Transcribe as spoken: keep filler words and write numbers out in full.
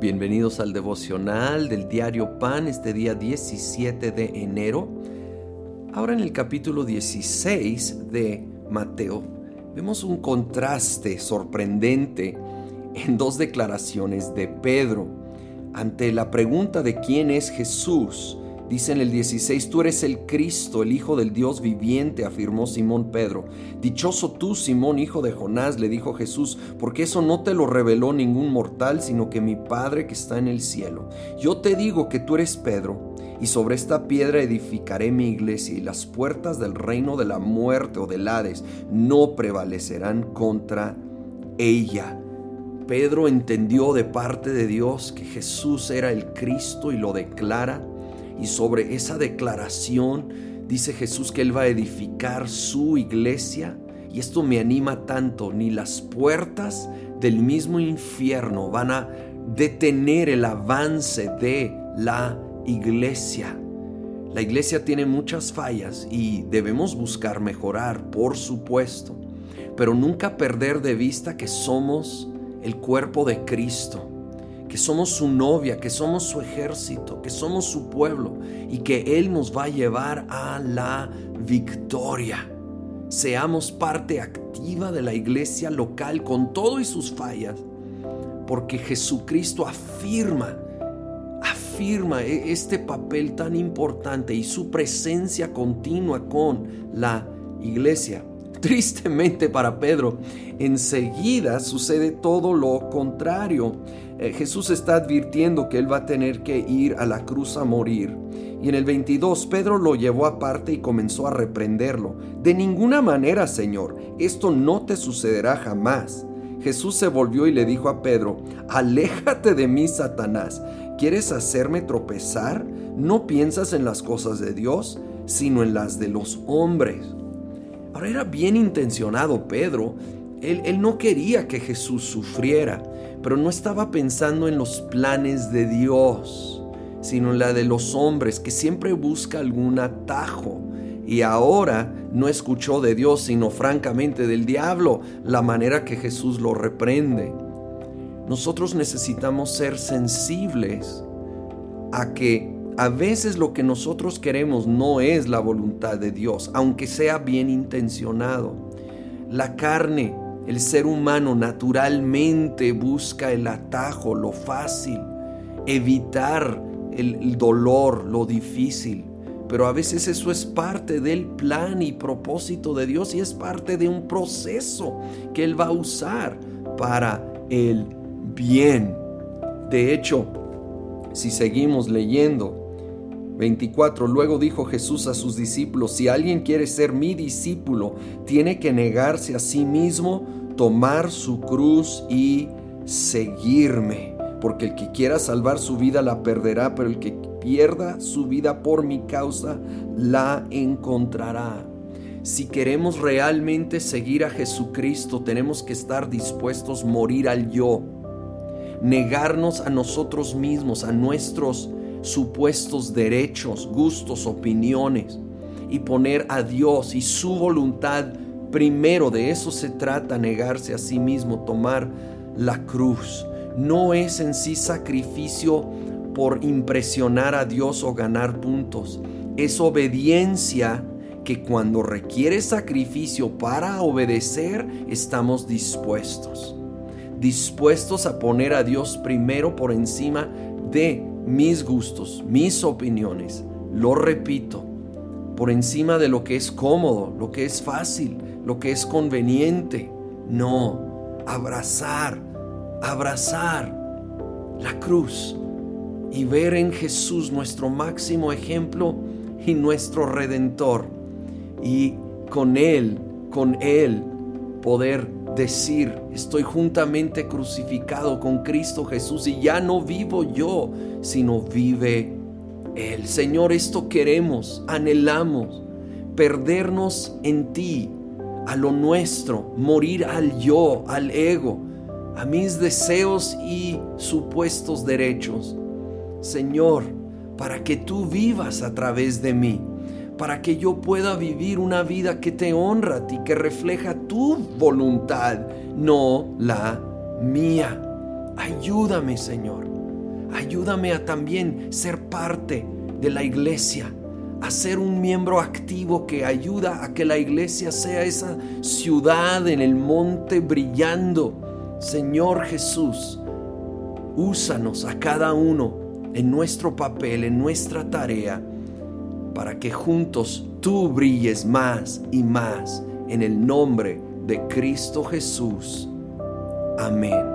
Bienvenidos al devocional del diario Pan, este día diecisiete de enero. Ahora en el capítulo dieciséis de Mateo, vemos un contraste sorprendente en dos declaraciones de Pedro. Ante la pregunta de quién es Jesús, dice en el dieciséis: tú eres el Cristo, el Hijo del Dios viviente, afirmó Simón Pedro. Dichoso tú, Simón, hijo de Jonás, le dijo Jesús, porque eso no te lo reveló ningún mortal, sino que mi Padre que está en el cielo. Yo te digo que tú eres Pedro, y sobre esta piedra edificaré mi iglesia, y las puertas del reino de la muerte o del Hades no prevalecerán contra ella. Pedro entendió de parte de Dios que Jesús era el Cristo y lo declara. Y sobre esa declaración dice Jesús que Él va a edificar su iglesia. Y esto me anima tanto. Ni las puertas del mismo infierno van a detener el avance de la iglesia. La iglesia tiene muchas fallas y debemos buscar mejorar, por supuesto. Pero nunca perder de vista que somos el cuerpo de Cristo, que somos su novia, que somos su ejército, que somos su pueblo y que Él nos va a llevar a la victoria. Seamos parte activa de la iglesia local con todo y sus fallas, porque Jesucristo afirma, afirma este papel tan importante y su presencia continua con la iglesia. Tristemente para Pedro, enseguida sucede todo lo contrario. Eh, Jesús está advirtiendo que él va a tener que ir a la cruz a morir. Y en el veintidós, Pedro lo llevó aparte y comenzó a reprenderlo. De ninguna manera, Señor, esto no te sucederá jamás. Jesús se volvió y le dijo a Pedro: aléjate de mí, Satanás. ¿Quieres hacerme tropezar? No piensas en las cosas de Dios, sino en las de los hombres. Ahora, era bien intencionado Pedro. Él, él no quería que Jesús sufriera, pero no estaba pensando en los planes de Dios, sino en la de los hombres, que siempre busca algún atajo. Y ahora no escuchó de Dios, sino francamente del diablo, la manera que Jesús lo reprende. Nosotros necesitamos ser sensibles a que a veces lo que nosotros queremos no es la voluntad de Dios, aunque sea bien intencionado. La carne, el ser humano naturalmente busca el atajo, lo fácil, evitar el, el dolor, lo difícil. Pero a veces eso es parte del plan y propósito de Dios y es parte de un proceso que Él va a usar para el bien. De hecho, si seguimos leyendo, veinticuatro, luego dijo Jesús a sus discípulos: si alguien quiere ser mi discípulo, tiene que negarse a sí mismo, tomar su cruz y seguirme. Porque el que quiera salvar su vida la perderá, pero el que pierda su vida por mi causa la encontrará. Si queremos realmente seguir a Jesucristo, tenemos que estar dispuestos a morir al yo, negarnos a nosotros mismos, a nuestros supuestos derechos, gustos, opiniones, y poner a Dios y su voluntad primero. De eso se trata, negarse a sí mismo, tomar la cruz. No es en sí sacrificio por impresionar a Dios o ganar puntos. Es obediencia que cuando requiere sacrificio para obedecer, estamos dispuestos. Dispuestos a poner a Dios primero por encima de mis gustos, mis opiniones. Lo repito, por encima de lo que es cómodo, lo que es fácil, lo que es conveniente. No, abrazar, abrazar la cruz y ver en Jesús nuestro máximo ejemplo y nuestro Redentor. Y con Él, con Él poder decir: estoy juntamente crucificado con Cristo Jesús y ya no vivo yo, sino vive Él. Señor, esto queremos, anhelamos, perdernos en ti, a lo nuestro, morir al yo, al ego, a mis deseos y supuestos derechos. Señor, para que tú vivas a través de mí, para que yo pueda vivir una vida que te honra a ti, que refleja tu voluntad, no la mía. Ayúdame, Señor. ayúdame a también ser parte de la iglesia, a ser un miembro activo que ayuda a que la iglesia sea esa ciudad en el monte brillando. Señor Jesús, úsanos a cada uno en nuestro papel, en nuestra tarea, para que juntos tú brilles más y más en el nombre de Cristo Jesús. Amén.